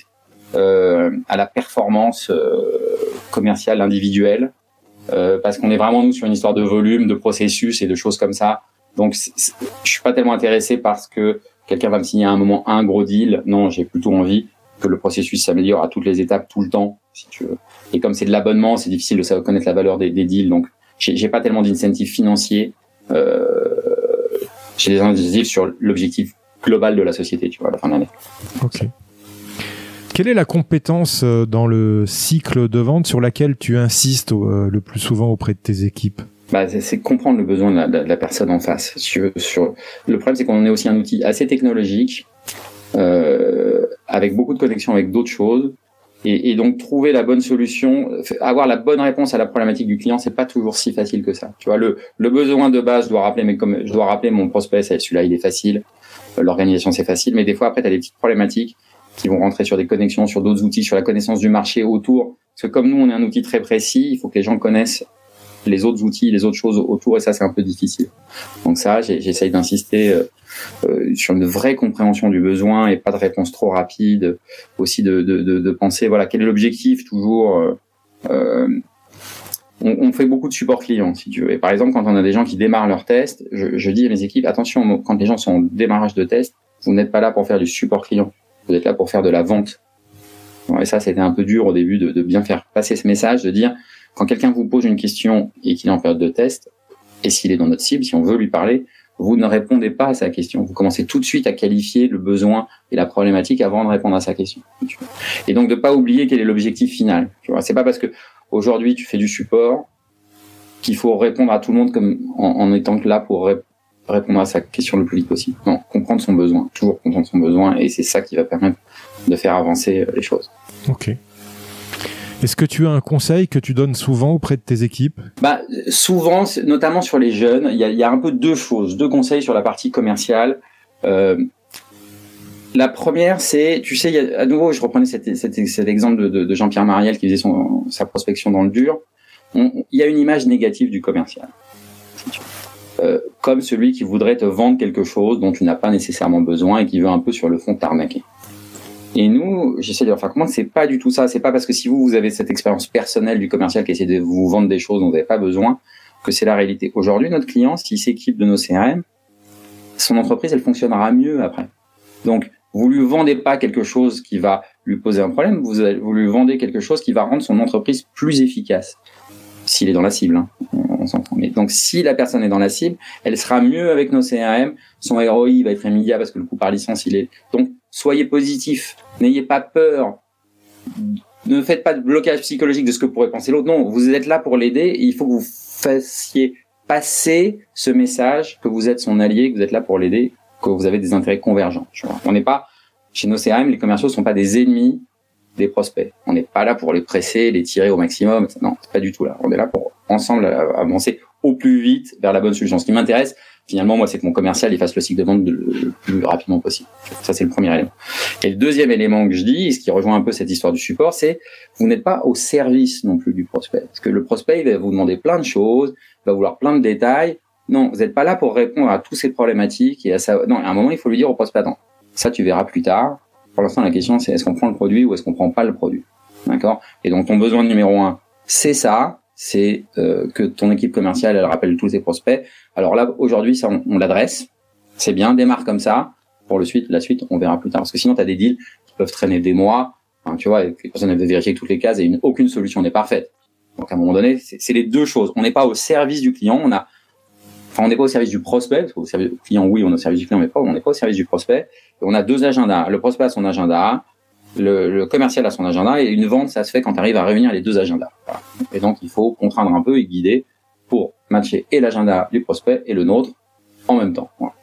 à la performance commerciale individuelle, parce qu'on est vraiment nous sur une histoire de volume, de processus et de choses comme ça. Donc, je suis pas tellement intéressé parce que quelqu'un va me signer à un moment un gros deal. Non, j'ai plutôt envie que le processus s'améliore à toutes les étapes, tout le temps, si tu veux. Et comme c'est de l'abonnement, c'est difficile de savoir connaître la valeur des deals. Donc, j'ai pas tellement d'incentives financiers. J'ai des incentives sur l'objectif global de la société, tu vois, à la fin de l'année. Ok. Quelle est la compétence dans le cycle de vente sur laquelle tu insistes le plus souvent auprès de tes équipes? C'est comprendre le besoin de la personne en face. Le problème, c'est qu'on est aussi un outil assez technologique, avec beaucoup de connexions avec d'autres choses. Et donc, trouver la bonne solution, avoir la bonne réponse à la problématique du client, c'est pas toujours si facile que ça. Tu vois, le besoin de base, je dois rappeler mon prospect, celui-là, il est facile. L'organisation, c'est facile. Mais des fois, après, t'as des petites problématiques qui vont rentrer sur des connexions, sur d'autres outils, sur la connaissance du marché autour. Parce que comme nous, on est un outil très précis, il faut que les gens connaissent les autres outils, les autres choses autour, et ça, c'est un peu difficile. Donc ça, j'essaye d'insister sur une vraie compréhension du besoin et pas de réponse trop rapide. Aussi de penser, voilà, quel est l'objectif toujours. On fait beaucoup de support client, si tu veux. Et par exemple, quand on a des gens qui démarrent leur test, je dis à mes équipes, attention, quand les gens sont en démarrage de test, vous n'êtes pas là pour faire du support client. Vous êtes là pour faire de la vente. Et ça, c'était un peu dur au début de bien faire passer ce message, de dire, quand quelqu'un vous pose une question et qu'il est en période de test, et s'il est dans notre cible, si on veut lui parler, vous ne répondez pas à sa question. Vous commencez tout de suite à qualifier le besoin et la problématique avant de répondre à sa question. Et donc, de pas oublier quel est l'objectif final. Tu vois, c'est pas parce que aujourd'hui tu fais du support qu'il faut répondre à tout le monde comme en étant là pour répondre à sa question le plus vite possible. Non, comprendre son besoin, toujours comprendre son besoin, et c'est ça qui va permettre de faire avancer les choses. Ok. Est-ce que tu as un conseil que tu donnes souvent auprès de tes équipes? Souvent, notamment sur les jeunes, il y a un peu deux conseils sur la partie commerciale. La première, c'est, tu sais, à nouveau, je reprenais cet exemple de Jean-Pierre Mariel qui faisait sa prospection dans le dur. Il y a une image négative du commercial. Comme celui qui voudrait te vendre quelque chose dont tu n'as pas nécessairement besoin et qui veut un peu sur le fond t'arnaquer. Et nous, j'essaie de leur faire comprendre que c'est pas du tout ça. C'est pas parce que si vous avez cette expérience personnelle du commercial qui essaie de vous vendre des choses dont vous n'avez pas besoin que c'est la réalité. Aujourd'hui, notre client, s'il s'équipe de nos CRM, son entreprise, elle fonctionnera mieux après. Donc, vous lui vendez pas quelque chose qui va lui poser un problème, vous lui vendez quelque chose qui va rendre son entreprise plus efficace. S'il est dans la cible, hein. on s'en fout. Mais donc, si la personne est dans la cible, elle sera mieux avec nos CRM. Son ROI va être immédiat parce que le coût par licence, il est. Donc, soyez positif. N'ayez pas peur. Ne faites pas de blocage psychologique de ce que pourrait penser l'autre. Non, vous êtes là pour l'aider et il faut que vous fassiez passer ce message que vous êtes son allié, que vous êtes là pour l'aider, que vous avez des intérêts convergents. Tu vois. On n'est pas, chez nos CRM, les commerciaux sont pas des ennemis des prospects. On n'est pas là pour les presser, les tirer au maximum. Non, c'est pas du tout là. On est là pour ensemble avancer au plus vite vers la bonne solution. Ce qui m'intéresse, finalement, moi, c'est que mon commercial il fasse le cycle de vente le plus rapidement possible. Ça, c'est le premier élément. Et le deuxième élément que je dis, ce qui rejoint un peu cette histoire du support, c'est vous n'êtes pas au service non plus du prospect. Parce que le prospect, il va vous demander plein de choses, il va vouloir plein de détails. Non, vous n'êtes pas là pour répondre à toutes ces problématiques et à ça. Non, à un moment, il faut lui dire au prospect, attends, ça, tu verras plus tard. Pour l'instant, la question, c'est est-ce qu'on prend le produit ou est-ce qu'on prend pas le produit? D'accord? Et donc, ton besoin numéro 1, c'est ça. C'est que ton équipe commerciale, elle rappelle tous tes prospects. Alors là, aujourd'hui, ça, on l'adresse. C'est bien, démarre comme ça. Pour la suite, on verra plus tard. Parce que sinon, tu as des deals qui peuvent traîner des mois. Hein, tu vois, les personnes elles veulent vérifier toutes les cases et aucune solution n'est parfaite. Donc, à un moment donné, c'est les deux choses. On n'est pas au service du client. On n'est pas au service du prospect. Parce qu'au service du client, oui, on est au service du client, mais on n'est pas au service du prospect. Et on a deux agendas. Le prospect a son agenda. Le commercial a son agenda et une vente, ça se fait quand tu arrives à réunir les deux agendas. Voilà. Et donc, il faut contraindre un peu et guider pour matcher et l'agenda du prospect et le nôtre en même temps. Voilà.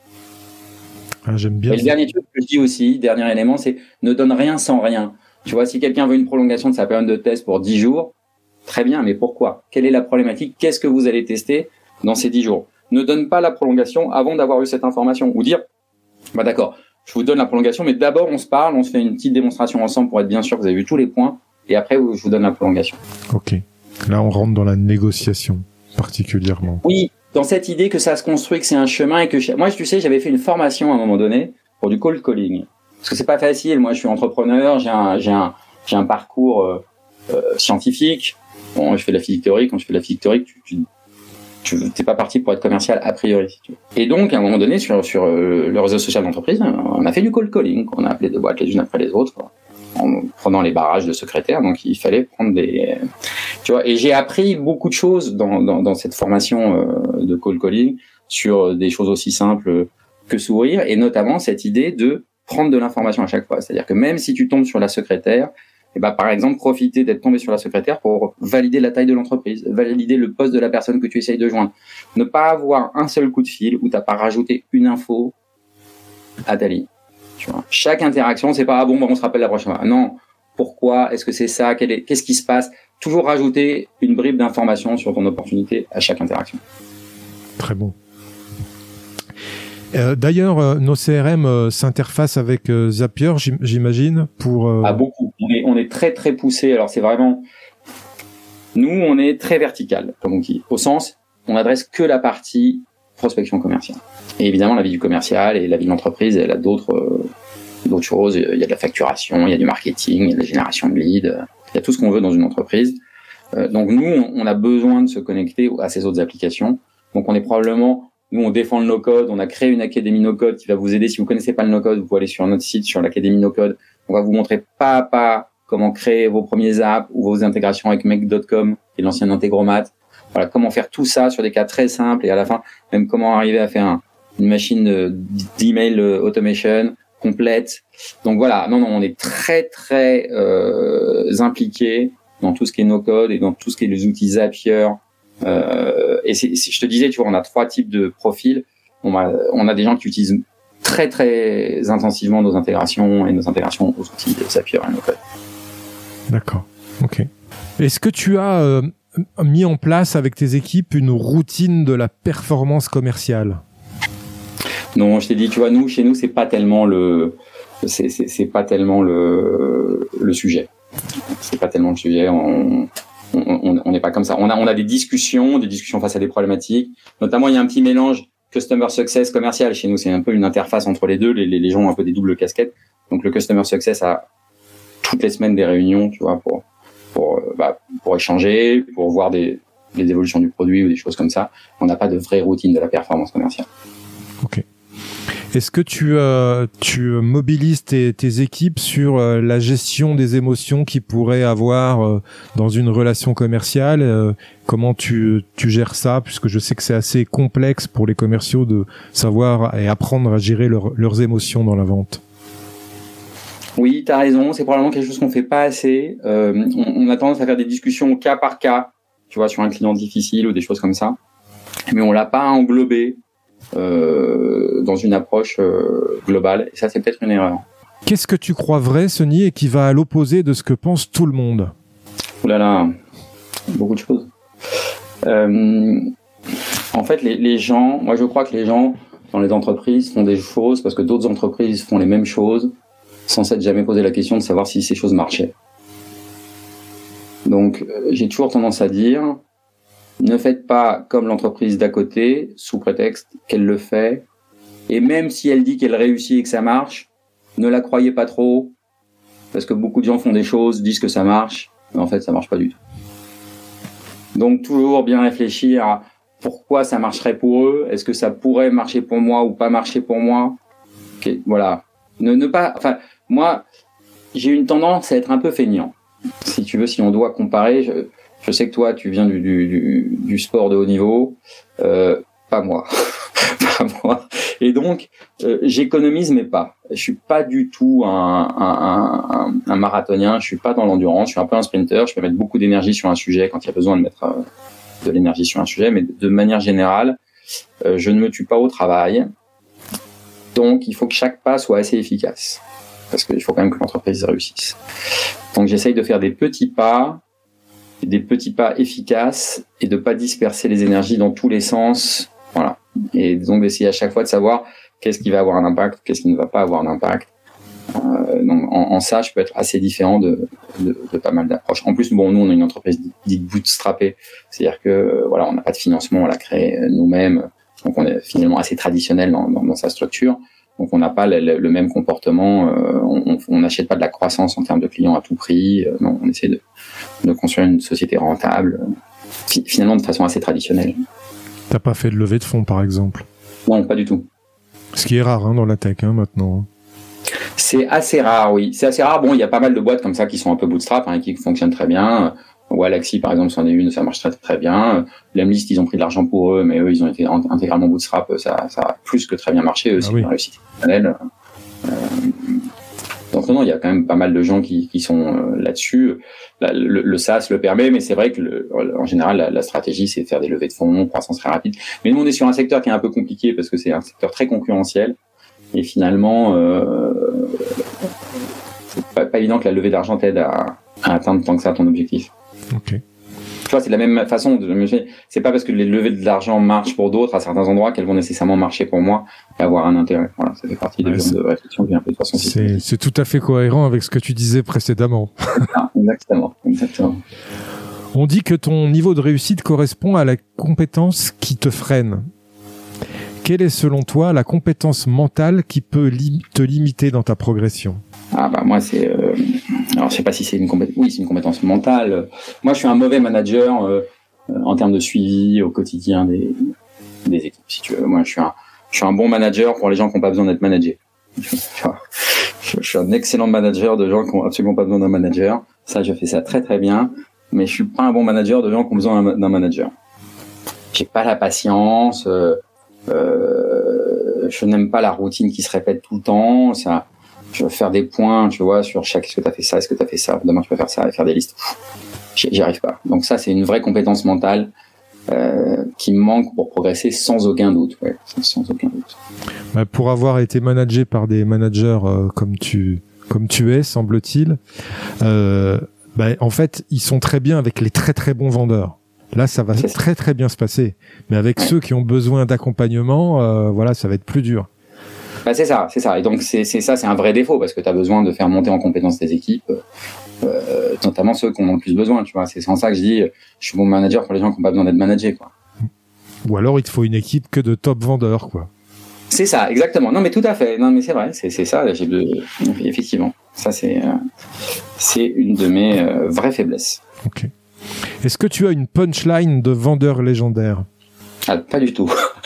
Ah, j'aime bien. Et le dernier truc que je dis aussi, dernier élément, c'est ne donne rien sans rien. Tu vois, si quelqu'un veut une prolongation de sa période de test pour 10 jours, très bien, mais pourquoi? Quelle est la problématique? Qu'est-ce que vous allez tester dans ces 10 jours? Ne donne pas la prolongation avant d'avoir eu cette information ou dire, bah d'accord, je vous donne la prolongation, mais d'abord on se parle, on se fait une petite démonstration ensemble pour être bien sûr que vous avez vu tous les points, et après je vous donne la prolongation. Ok. Là on rentre dans la négociation particulièrement. Oui, dans cette idée que ça se construit, que c'est un chemin et que moi tu sais j'avais fait une formation à un moment donné pour du cold calling, parce que c'est pas facile. Moi je suis entrepreneur, j'ai un parcours scientifique. Bon, je fais de la physique théorique. Quand je fais de la physique théorique, tu t'es pas parti pour être commercial a priori. Si tu veux. Et donc, à un moment donné, sur le réseau social d'entreprise, on a fait du cold calling. On a appelé des boîtes les unes après les autres, en prenant les barrages de secrétaires. Donc, il fallait prendre tu vois. Et j'ai appris beaucoup de choses dans cette formation de cold calling sur des choses aussi simples que sourire, et notamment cette idée de prendre de l'information à chaque fois. C'est-à-dire que même si tu tombes sur la secrétaire, et bah, par exemple, profiter d'être tombé sur la secrétaire pour valider la taille de l'entreprise, valider le poste de la personne que tu essayes de joindre. Ne pas avoir un seul coup de fil où t'as pas rajouté une info à ta ligne. Tu vois. Chaque interaction, c'est pas, on se rappelle la prochaine fois. Non. Pourquoi? Est-ce que c'est ça? Qu'est-ce qui se passe? Toujours rajouter une bribe d'information sur ton opportunité à chaque interaction. Très bon. D'ailleurs, nos CRM s'interfacent avec Zapier, j'imagine, pour... Ah, beaucoup. On est très, très poussé. Alors, c'est vraiment... Nous, on est très vertical, comme on dit. Au sens, on n'adresse que la partie prospection commerciale. Et évidemment, la vie du commercial et la vie de l'entreprise, elle a d'autres choses. Il y a de la facturation, il y a du marketing, il y a de la génération de leads. Il y a tout ce qu'on veut dans une entreprise. Donc, nous, on a besoin de se connecter à ces autres applications. Donc, on est probablement... Nous, on défend le no-code. On a créé une académie no-code qui va vous aider. Si vous connaissez pas le no-code, vous pouvez aller sur notre site, sur l'académie no-code. On va vous montrer pas à pas comment créer vos premiers apps ou vos intégrations avec Make.com, qui est l'ancien Integromat. Voilà, comment faire tout ça sur des cas très simples et à la fin, même comment arriver à faire une machine d'email automation complète. Donc voilà, non, on est très, très impliqués dans tout ce qui est no-code et dans tout ce qui est les outils Zapier. Et je te disais, tu vois, on a 3 types de profils. On a des gens qui utilisent très très intensivement nos intégrations aux outils de Zapier et no-code. D'accord. Ok. Est-ce que tu as mis en place avec tes équipes une routine de la performance commerciale? Non, je t'ai dit, tu vois, chez nous, c'est pas tellement le sujet. C'est pas tellement le sujet. On n'est pas comme ça. On a des discussions face à des problématiques. Notamment, il y a un petit mélange customer success commercial. Chez nous, c'est un peu une interface entre les deux. Les gens ont un peu des doubles casquettes. Donc, le customer success a toutes les semaines des réunions, tu vois, pour échanger, pour voir les évolutions du produit ou des choses comme ça. On n'a pas de vraie routine de la performance commerciale. Ok. Est-ce que tu mobilises tes équipes sur la gestion des émotions qu'ils pourraient avoir dans une relation commerciale? Comment tu gères ça? Puisque je sais que c'est assez complexe pour les commerciaux de savoir et apprendre à gérer leurs émotions dans la vente. Oui, tu as raison. C'est probablement quelque chose qu'on fait pas assez. On a tendance à faire des discussions au cas par cas, tu vois, sur un client difficile ou des choses comme ça. Mais on l'a pas englobé dans une approche globale. Et ça, c'est peut-être une erreur. Qu'est-ce que tu crois vrai, Sony, et qui va à l'opposé de ce que pense tout le monde? Ouh là là, beaucoup de choses. En fait, les gens, moi je crois que les gens dans les entreprises font des choses parce que d'autres entreprises font les mêmes choses sans s'être jamais posé la question de savoir si ces choses marchaient. Donc, j'ai toujours tendance à dire, ne faites pas comme l'entreprise d'à côté, sous prétexte qu'elle le fait. Et même si elle dit qu'elle réussit et que ça marche, ne la croyez pas trop, parce que beaucoup de gens font des choses, disent que ça marche, mais en fait, ça marche pas du tout. Donc, toujours bien réfléchir à pourquoi ça marcherait pour eux, est-ce que ça pourrait marcher pour moi ou pas marcher pour moi. Okay, voilà. Enfin, moi, j'ai une tendance à être un peu feignant. Si tu veux, si on doit comparer, je sais que toi, tu viens du sport de haut niveau, pas moi. Pas moi. Et donc, j'économise mes pas. Je suis pas du tout un marathonien, je suis pas dans l'endurance, je suis un peu un sprinter, je peux mettre beaucoup d'énergie sur un sujet quand il y a besoin de mettre de l'énergie sur un sujet, mais de manière générale, je ne me tue pas au travail. Donc, il faut que chaque pas soit assez efficace. Parce qu'il faut quand même que l'entreprise réussisse. Donc, j'essaye de faire des petits pas efficaces et de pas disperser les énergies dans tous les sens. Voilà. Et donc, d'essayer à chaque fois de savoir qu'est-ce qui va avoir un impact, qu'est-ce qui ne va pas avoir d'impact. Donc, en ça, je peux être assez différent de pas mal d'approches. En plus, bon, nous, on a une entreprise dite bootstrappée. C'est-à-dire que, voilà, on n'a pas de financement, on l'a créé nous-mêmes. Donc, on est finalement assez traditionnel dans sa structure. Donc, on n'a pas le même comportement. On n'achète pas de la croissance en termes de clients à tout prix. Non, on essaie de construire une société rentable, finalement de façon assez traditionnelle. T'as pas fait de levée de fonds, par exemple? Non, pas du tout. Ce qui est rare dans la tech maintenant. C'est assez rare, oui. C'est assez rare. Bon, il y a pas mal de boîtes comme ça qui sont un peu bootstrap, qui fonctionnent très bien. Galaxy, par exemple, c'en est une, ça marche très très bien. Lemlist, ils ont pris de l'argent pour eux, mais eux, ils ont été intégralement bootstrap. Ça a plus que très bien marché. Eux, c'est une réussite personnelle. Donc non, il y a quand même pas mal de gens qui sont là-dessus. Le SaaS le permet, mais c'est vrai que en général, la stratégie, c'est de faire des levées de fonds, croissance très rapide. Mais nous, on est sur un secteur qui est un peu compliqué parce que c'est un secteur très concurrentiel. Et finalement, c'est pas évident que la levée d'argent t'aide à atteindre tant que ça ton objectif. Ok. Tu vois, c'est de la même façon. C'est pas parce que les levées de l'argent marchent pour d'autres à certains endroits qu'elles vont nécessairement marcher pour moi et avoir un intérêt. Voilà, ça fait partie de réflexion qui vient un peu de façon. C'est tout à fait cohérent avec ce que tu disais précédemment. Exactement. On dit que ton niveau de réussite correspond à la compétence qui te freine. Quelle est selon toi la compétence mentale qui peut te limiter dans ta progression? Moi c'est alors je sais pas si c'est une compétence. Oui, c'est une compétence mentale. Moi je suis un mauvais manager en termes de suivi au quotidien des équipes, si tu veux. Moi je suis un bon manager pour les gens qui n'ont pas besoin d'être managés. Je suis un excellent manager de gens qui n'ont absolument pas besoin d'un manager. Ça, je fais ça très très bien, mais je suis pas un bon manager de gens qui ont besoin d'un manager. J'ai pas la patience. Je n'aime pas la routine qui se répète tout le temps. Ça, je veux faire des points, tu vois, sur chaque, est-ce que tu as fait ça, est-ce que tu as fait ça, demain tu peux faire ça, et faire des listes. J'y arrive pas. Donc ça, c'est une vraie compétence mentale qui me manque pour progresser sans aucun doute. Ouais, sans aucun doute. Pour avoir été managé par des managers comme tu es, semble-t-il, en fait, ils sont très bien avec les très très bons vendeurs. Là, ça va très très bien se passer. Mais avec ceux qui ont besoin d'accompagnement, ça va être plus dur. C'est ça. Et donc, c'est un vrai défaut parce que tu as besoin de faire monter en compétence tes équipes, notamment ceux qui en ont le plus besoin, tu vois. C'est en ça que je dis, je suis bon manager pour les gens qui n'ont pas besoin d'être managés, quoi. Ou alors, il te faut une équipe que de top vendeurs, quoi. C'est ça, exactement. Non, mais tout à fait. Non, mais c'est vrai, c'est ça. Effectivement. Ça, c'est une de mes vraies faiblesses. Ok. Est-ce que tu as une punchline de vendeur légendaire? Pas du tout.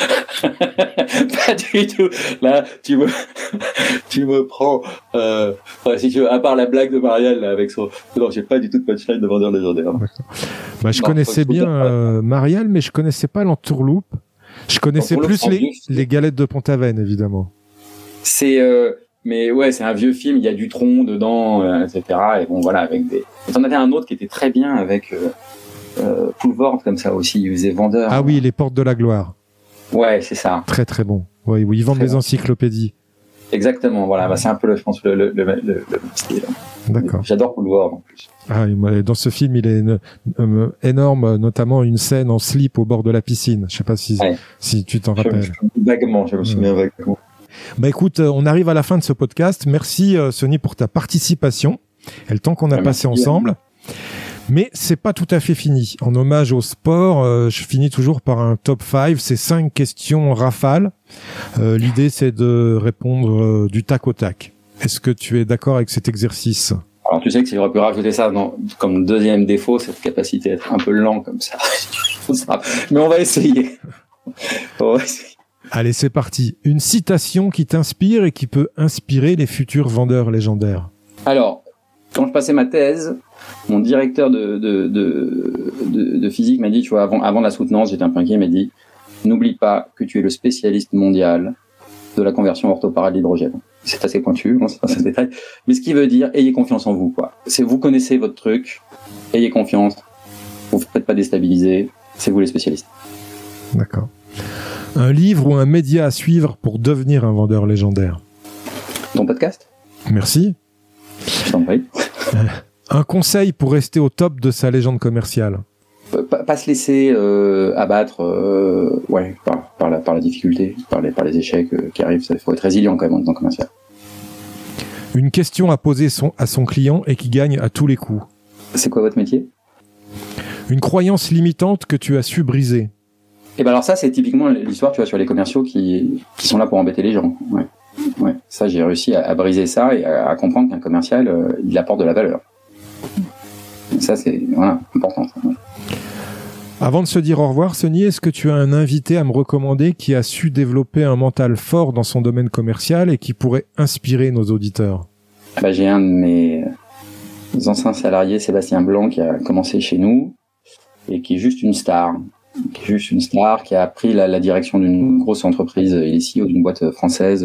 Pas du tout. Là, tu me prends, si tu veux, à part la blague de Marielle, là, avec son, non, j'ai pas du tout de punchline de vendeur légendaire. Bah, je connaissais bien, Marielle, mais je connaissais pas l'entourloupe. Je connaissais plus les galettes de Pont-Aven, évidemment. Mais ouais, c'est un vieux film, il y a du tronc dedans, etc. Et bon, voilà, avec des... On avait un autre qui était très bien avec Poulvord, comme ça aussi, il faisait vendeur. Ah oui, les Portes de la Gloire. Ouais, c'est ça. Très très bon. Ouais, où ils vendent des encyclopédies. Exactement, voilà, bah, c'est un peu, je pense, le style. D'accord. J'adore Poulvord, en plus. Ah, dans ce film, il est énorme, notamment une scène en slip au bord de la piscine. Je sais pas si tu t'en rappelles. Vaguement, je me souviens vaguement. Bah écoute, on arrive à la fin de ce podcast. Merci Sony pour ta participation et le temps qu'on a passé ensemble. Mais c'est pas tout à fait fini. En hommage au sport, je finis toujours par un top 5. C'est 5 questions rafales. L'idée, c'est de répondre du tac au tac. Est-ce que tu es d'accord avec cet exercice ? Alors tu sais que si j'aurais pu rajouter ça comme deuxième défaut, cette capacité à être un peu lent comme ça. Mais on va essayer. Allez, c'est parti. Une citation qui t'inspire et qui peut inspirer les futurs vendeurs légendaires. Alors, quand je passais ma thèse, mon directeur de physique m'a dit, tu vois, avant la soutenance, j'étais un peu inquiet, il m'a dit, n'oublie pas que tu es le spécialiste mondial de la conversion orthoparade de l'hydrogène. C'est assez pointu, c'est pas ce détail. Mais ce qui veut dire, ayez confiance en vous, quoi. Vous connaissez votre truc, ayez confiance, vous ne faites pas déstabiliser, c'est vous les spécialistes. D'accord. Un livre ou un média à suivre pour devenir un vendeur légendaire. Ton podcast ? Merci. Je t'en prie. Un conseil pour rester au top de sa légende commerciale. Pas se laisser abattre par la difficulté, par les échecs qui arrivent. Il faut être résilient quand même en tant que commercial. Une question à poser à son client et qui gagne à tous les coups. C'est quoi votre métier ? Une croyance limitante que tu as su briser. Et ben alors ça, c'est typiquement l'histoire, tu vois, sur les commerciaux qui sont là pour embêter les gens. Ouais. Ça, j'ai réussi à briser ça et à comprendre qu'un commercial, il apporte de la valeur. Et ça, c'est important. Ça. Ouais. Avant de se dire au revoir, Sony, est-ce que tu as un invité à me recommander qui a su développer un mental fort dans son domaine commercial et qui pourrait inspirer nos auditeurs ? J'ai un de mes anciens salariés, Sébastien Blanc, qui a commencé chez nous et qui est juste une star. Qui a pris la direction d'une grosse entreprise ici, ou d'une boîte française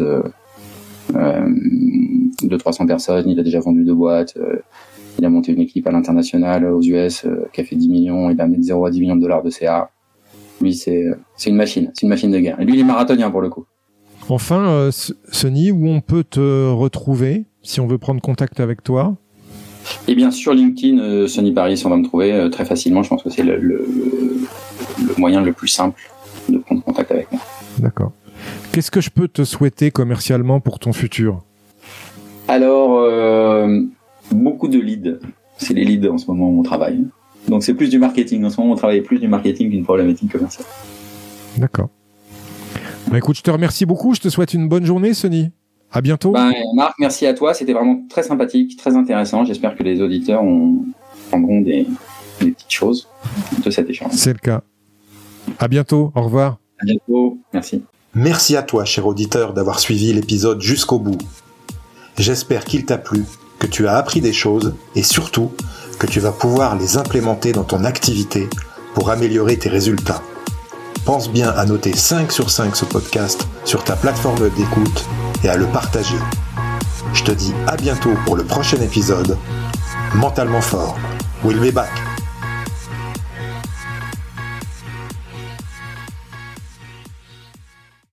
de 300 personnes. Il a déjà vendu 2 boîtes. Il a monté une équipe à l'international aux US qui a fait 10 millions. Il a amené de 0 à 10 millions de dollars de CA. Lui, c'est une machine. C'est une machine de guerre. Et lui, il est marathonien pour le coup. Enfin, Sony, où on peut te retrouver si on veut prendre contact avec toi ? Eh bien, sur LinkedIn, Sony Paris, on va me trouver très facilement. Je pense que c'est le moyen le plus simple de prendre contact avec moi. D'accord. Qu'est-ce que je peux te souhaiter commercialement pour ton futur ? Alors, beaucoup de leads. C'est les leads en ce moment où on travaille. Donc, c'est plus du marketing. En ce moment, on travaille plus du marketing qu'une problématique commerciale. D'accord. Écoute, je te remercie beaucoup. Je te souhaite une bonne journée, Sony. À bientôt. Marc, merci à toi. C'était vraiment très sympathique, très intéressant. J'espère que les auditeurs prendront des petites choses de cet échange. C'est le cas. À bientôt. Au revoir. À bientôt. Merci. Merci à toi, cher auditeur, d'avoir suivi l'épisode jusqu'au bout. J'espère qu'il t'a plu, que tu as appris des choses et surtout que tu vas pouvoir les implémenter dans ton activité pour améliorer tes résultats. Pense bien à noter 5 sur 5 ce podcast sur ta plateforme d'écoute et à le partager. Je te dis à bientôt pour le prochain épisode. Mentalement fort. We'll be back.